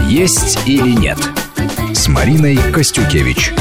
«Есть или нет» с Мариной Костюкевич.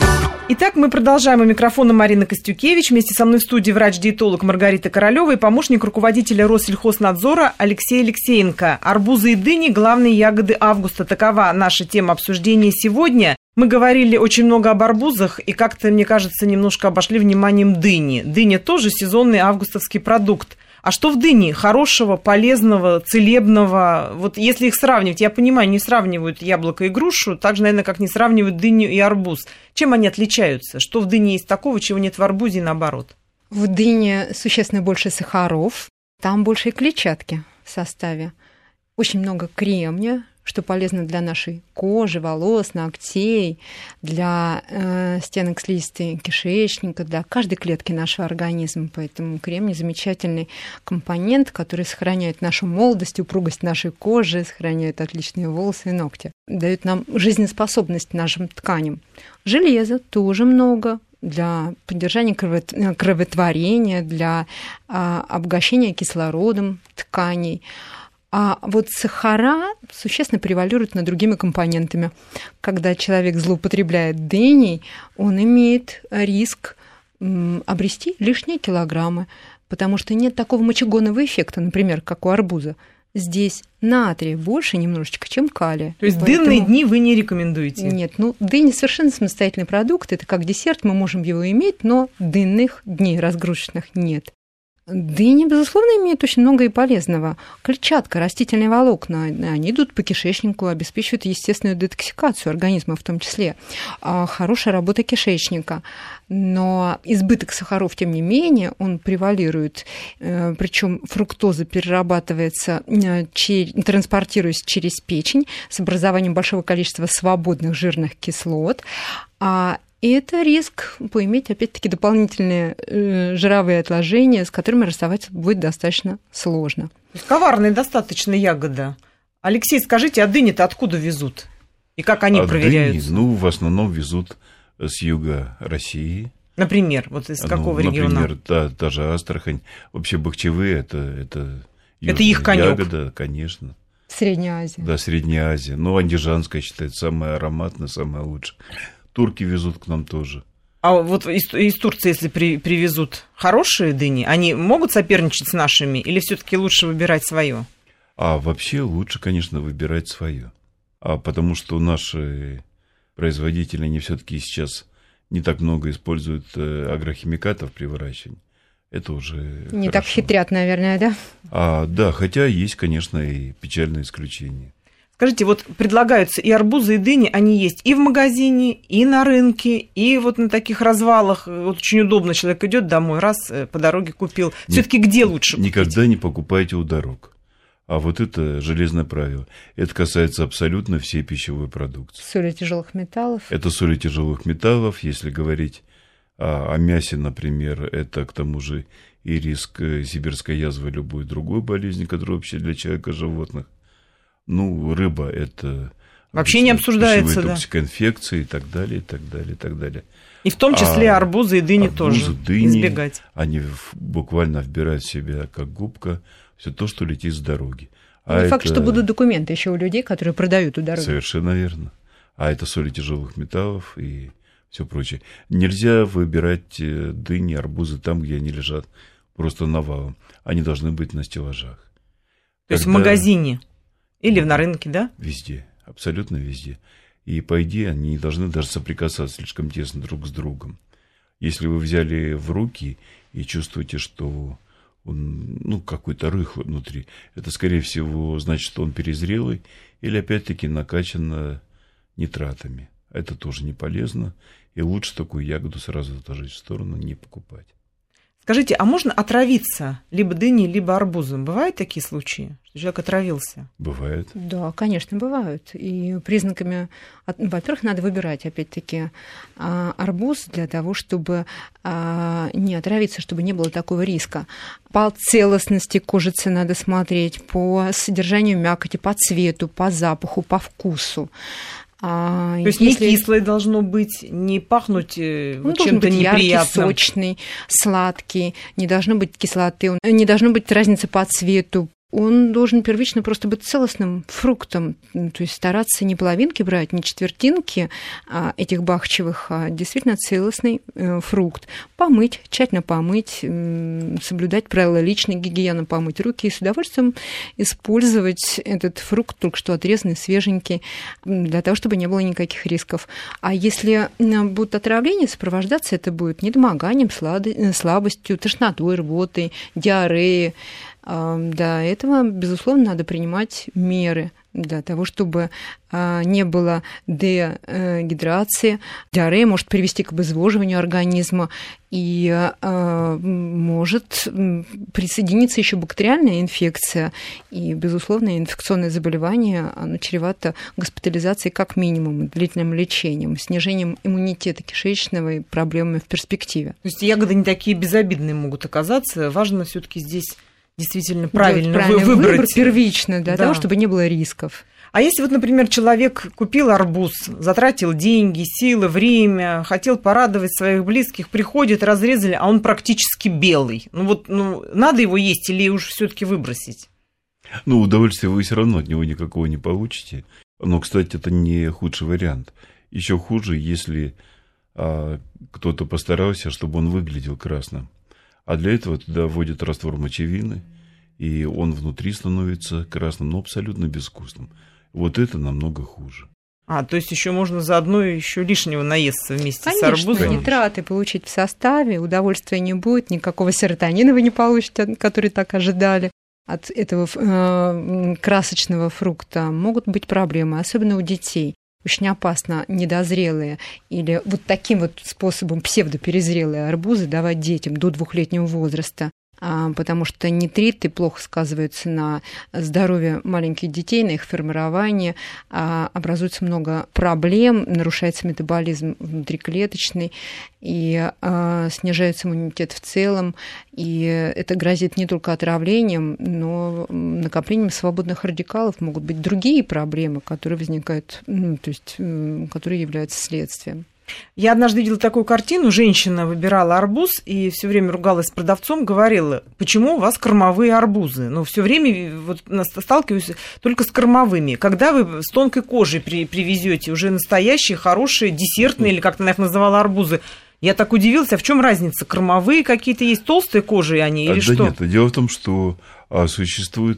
Итак, мы продолжаем. У микрофона Марина Костюкевич. Вместе со мной в студии врач-диетолог Маргарита Королева и помощник руководителя Россельхознадзора Алексей Алексеенко. Арбузы и дыни – главные ягоды августа. Такова наша тема обсуждения сегодня. Мы говорили очень много об арбузах и как-то, мне кажется, немножко обошли вниманием дыни. Дыня тоже сезонный августовский продукт. А что в дыне хорошего, полезного, целебного? Вот если их сравнивать, я понимаю, не сравнивают яблоко и грушу, так же, наверное, как не сравнивают дыню и арбуз. Чем они отличаются? Что в дыне есть такого, чего нет в арбузе и наоборот? В дыне существенно больше сахаров, там больше и клетчатки в составе. Очень много кремния, что полезно для нашей кожи, волос, ногтей, для стенок слизистой кишечника, для каждой клетки нашего организма. Поэтому кремний – замечательный компонент, который сохраняет нашу молодость, упругость нашей кожи, сохраняет отличные волосы и ногти, дает нам жизнеспособность нашим тканям. Железа тоже много для поддержания кроветворения, для обогащения кислородом тканей. А вот сахара существенно превалируют над другими компонентами. Когда человек злоупотребляет дыней, он имеет риск обрести лишние килограммы, потому что нет такого мочегонного эффекта, например, как у арбуза. Здесь натрия больше немножечко, чем калия. То есть дынные дни вы не рекомендуете? Нет, дыня совершенно самостоятельный продукт. Это как десерт, мы можем его иметь, но дынных дней разгрузочных нет. Дыня, безусловно, имеет очень много и полезного. Клетчатка, растительные волокна, они идут по кишечнику, обеспечивают естественную детоксикацию организма в том числе. Хорошая работа кишечника. Но избыток сахаров, тем не менее, он превалирует. Причем фруктоза перерабатывается, транспортируясь через печень с образованием большого количества свободных жирных кислот. И это риск поиметь, опять-таки, дополнительные жировые отложения, с которыми расставаться будет достаточно сложно. То есть коварная достаточно ягода. Алексей, скажите, а дыни-то откуда везут? И как они проверяются? Дыни, в основном везут с юга России. Например, вот из какого региона? Например, та же Астрахань. Вообще бахчевые это их конёк. Ягода, конечно. Средняя Азия. Да, Средняя Азия. Андижанская считается самая ароматная, самая лучшая. Турки везут к нам тоже. А вот из Турции, если привезут хорошие дыни, они могут соперничать с нашими или все-таки лучше выбирать свое? Вообще лучше, конечно, выбирать свое. Потому что наши производители, они все-таки сейчас не так много используют агрохимикатов при выращивании. Это уже не хорошо. Так хитрят, наверное, да? Да, хотя есть, конечно, и печальные исключения. Скажите, вот предлагаются и арбузы, и дыни, они есть и в магазине, и на рынке, и вот на таких развалах. Вот очень удобно, человек идет домой, раз по дороге купил. Все-таки где лучше купить? Никогда не покупайте у дорог. Вот это железное правило. Это касается абсолютно всей пищевой продукции. Соли тяжелых металлов. Это соли тяжелых металлов. Если говорить о мясе, например, это к тому же и риск сибирской язвы, любой другой болезни, которая вообще для человека, животных. Рыба – это вообще не обсуждается, да. Токсикоинфекции и так далее, и так далее, и так далее. И в том числе арбузы и дыни тоже избегать. Они буквально вбирают в себя, как губка, все то, что летит с дороги. Не факт, что будут документы еще у людей, которые продают у дороги. Совершенно верно. Это соли тяжелых металлов и все прочее. Нельзя выбирать дыни, арбузы там, где они лежат просто навалом. Они должны быть на стеллажах. То есть в магазине? Или на рынке, да? Везде, абсолютно везде. И, по идее, они не должны даже соприкасаться слишком тесно друг с другом. Если вы взяли в руки и чувствуете, что он, какой-то рыхлый внутри, это, скорее всего, значит, что он перезрелый или, опять-таки, накачан нитратами. Это тоже не полезно, и лучше такую ягоду сразу отложить в сторону, не покупать. Скажите, а можно отравиться либо дыней, либо арбузом? Бывают такие случаи, что человек отравился? Бывает. Да, конечно, бывают. И признаками... Во-первых, надо выбирать, опять-таки, арбуз для того, чтобы не отравиться, чтобы не было такого риска. По целостности кожицы надо смотреть, по содержанию мякоти, по цвету, по запаху, по вкусу. То есть не кислое должно быть, не пахнуть чем-то неприятным. Яркий, сочный, сладкий, не должно быть кислоты, не должно быть разницы по цвету, он должен первично просто быть целостным фруктом, то есть стараться не половинки брать, не четвертинки этих бахчевых, а действительно целостный фрукт. Помыть, тщательно помыть, соблюдать правила личной гигиены, помыть руки и с удовольствием использовать этот фрукт, только что отрезанный, свеженький, для того, чтобы не было никаких рисков. А если будут отравления сопровождаться, это будет недомоганием, слабостью, тошнотой, рвотой, диареей. Для этого, безусловно, надо принимать меры для того, чтобы не было дегидрации. Диарея может привести к обезвоживанию организма, и может присоединиться еще бактериальная инфекция, и, безусловно, инфекционное заболевание, оно чревато госпитализацией как минимум, длительным лечением, снижением иммунитета кишечного и проблемами в перспективе. То есть ягоды не такие безобидные могут оказаться, важно все-таки здесь действительно правильно выбрать. Выбор первично, для того, чтобы не было рисков. А если вот, например, человек купил арбуз, затратил деньги, силы, время, хотел порадовать своих близких, приходит, разрезали, а он практически белый. Надо его есть или уж все-таки выбросить? Удовольствия вы все равно от него никакого не получите. Но, кстати, это не худший вариант. Еще хуже, если кто-то постарался, чтобы он выглядел красным. А для этого туда вводят раствор мочевины, и он внутри становится красным, но абсолютно безвкусным. Вот это намного хуже. То есть еще можно заодно еще лишнего наесться вместе с арбузом? Конечно, нитраты получить в составе, удовольствия не будет, никакого серотонина вы не получите, который так ожидали. От этого красочного фрукта могут быть проблемы, особенно у детей. Очень опасно недозрелые или вот таким вот способом псевдоперезрелые арбузы давать детям до 2-летнего возраста, потому что нитриты плохо сказываются на здоровье маленьких детей, на их формировании, образуется много проблем, нарушается метаболизм внутриклеточный, и снижается иммунитет в целом, и это грозит не только отравлением, но накоплением свободных радикалов, могут быть другие проблемы, которые возникают, которые являются следствием. Я однажды видела такую картину, женщина выбирала арбуз и все время ругалась с продавцом, говорила, почему у вас кормовые арбузы? Все время сталкиваюсь только с кормовыми. Когда вы с тонкой кожей привезете уже настоящие, хорошие, десертные, или как-то она их называла, арбузы, я так удивилась, а в чем разница? Кормовые какие-то есть, толстые кожи они или что? Нет, дело в том, что существуют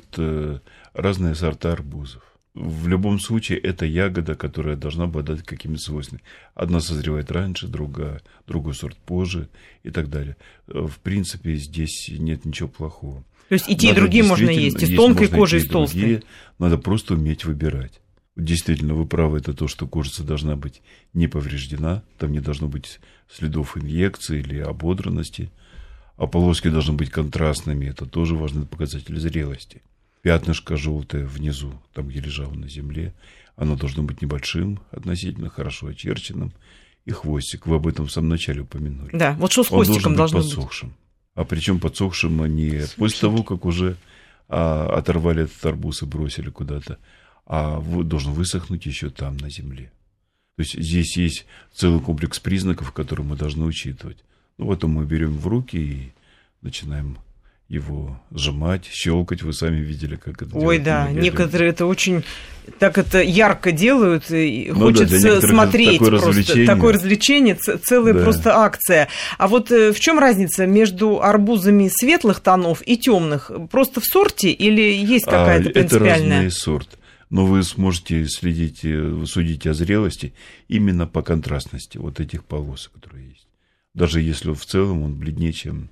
разные сорта арбузов. В любом случае, это ягода, которая должна обладать какими-то свойствами. Одна созревает раньше, другой сорт позже и так далее. В принципе, здесь нет ничего плохого. То есть и те, и другие можно есть, и с тонкой кожей, и с толстой. Надо просто уметь выбирать. Действительно, вы правы, это то, что кожица должна быть не повреждена, там не должно быть следов инъекции или ободранности, а полоски должны быть контрастными, это тоже важный показатель зрелости. Пятнышко желтое внизу, там, где лежало на земле, оно должно быть небольшим, относительно хорошо очерченным, и хвостик, вы об этом в самом начале упомянули. Да, вот что с хвостиком должно быть? Подсохшим. А причем подсохшим не после того, как уже оторвали этот арбуз и бросили куда-то, а должен высохнуть еще там, на земле. То есть здесь есть целый комплекс признаков, которые мы должны учитывать. Потом мы берем в руки и начинаем его сжимать, щелкать. Вы сами видели, как это делают. Ой, да, некоторые это очень так это ярко делают, и хочется смотреть просто. Такое развлечение, целая просто акция. А вот в чем разница между арбузами светлых тонов и темных? Просто в сорте или есть какая-то принципиальная? Это разный сорт. Но вы сможете судить о зрелости именно по контрастности вот этих полосок, которые есть. Даже если в целом он бледнее, чем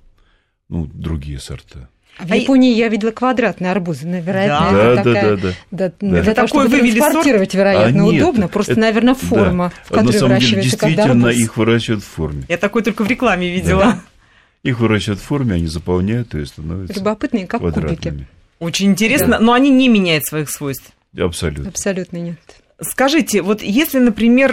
другие сорта. В Японии я видела квадратные арбузы, вероятно, для того, чтобы транспортировать, вероятно, удобно, просто, наверное, форма, в которой выращивается когда арбуз. Действительно, их выращивают в форме. Я такой только в рекламе видела. Да. Их выращивают в форме, они заполняют и становятся любопытные, как квадратными. Кубики. Очень интересно, но они не меняют своих свойств. Абсолютно. Абсолютно нет. Скажите, вот если, например,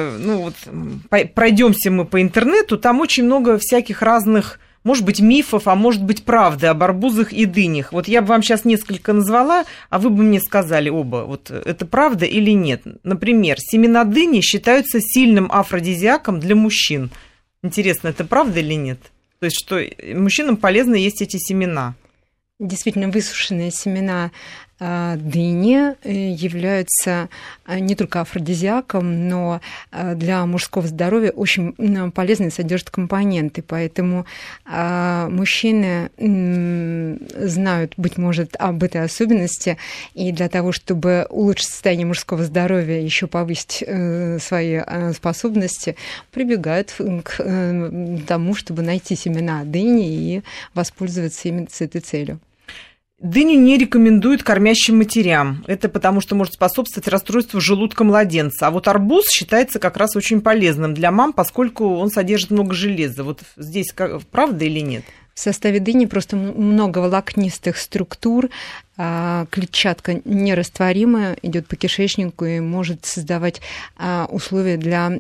пройдемся мы по интернету, там очень много всяких разных, может быть, мифов, а может быть, правды об арбузах и дынях. Вот я бы вам сейчас несколько назвала, а вы бы мне сказали оба, вот это правда или нет. Например, семена дыни считаются сильным афродизиаком для мужчин. Интересно, это правда или нет? То есть, что мужчинам полезно есть эти семена? Действительно, высушенные семена дыни являются не только афродизиаком, но для мужского здоровья очень полезны и содержат компоненты. Поэтому мужчины знают, быть может, об этой особенности, и для того, чтобы улучшить состояние мужского здоровья, еще повысить свои способности, прибегают к тому, чтобы найти семена дыни и воспользоваться именно с этой целью. Дыню не рекомендуют кормящим матерям. Это потому, что может способствовать расстройству желудка младенца. А вот арбуз считается как раз очень полезным для мам, поскольку он содержит много железа. Вот здесь правда или нет? В составе дыни просто много волокнистых структур, клетчатка нерастворимая, идет по кишечнику и может создавать условия для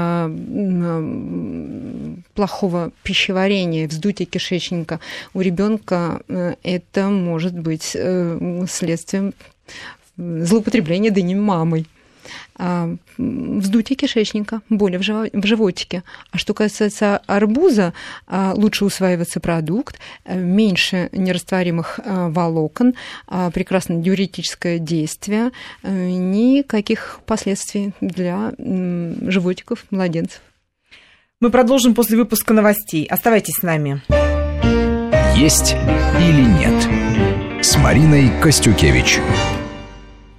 плохого пищеварения, вздутия кишечника. У ребенка это может быть следствием злоупотребления дыни мамой. Вздутие кишечника, боли в животике. А что касается арбуза, лучше усваивается продукт, меньше нерастворимых волокон, прекрасно диуретическое действие, никаких последствий для животиков младенцев. Мы продолжим после выпуска новостей. Оставайтесь с нами. Есть или нет с Мариной Костюкевич.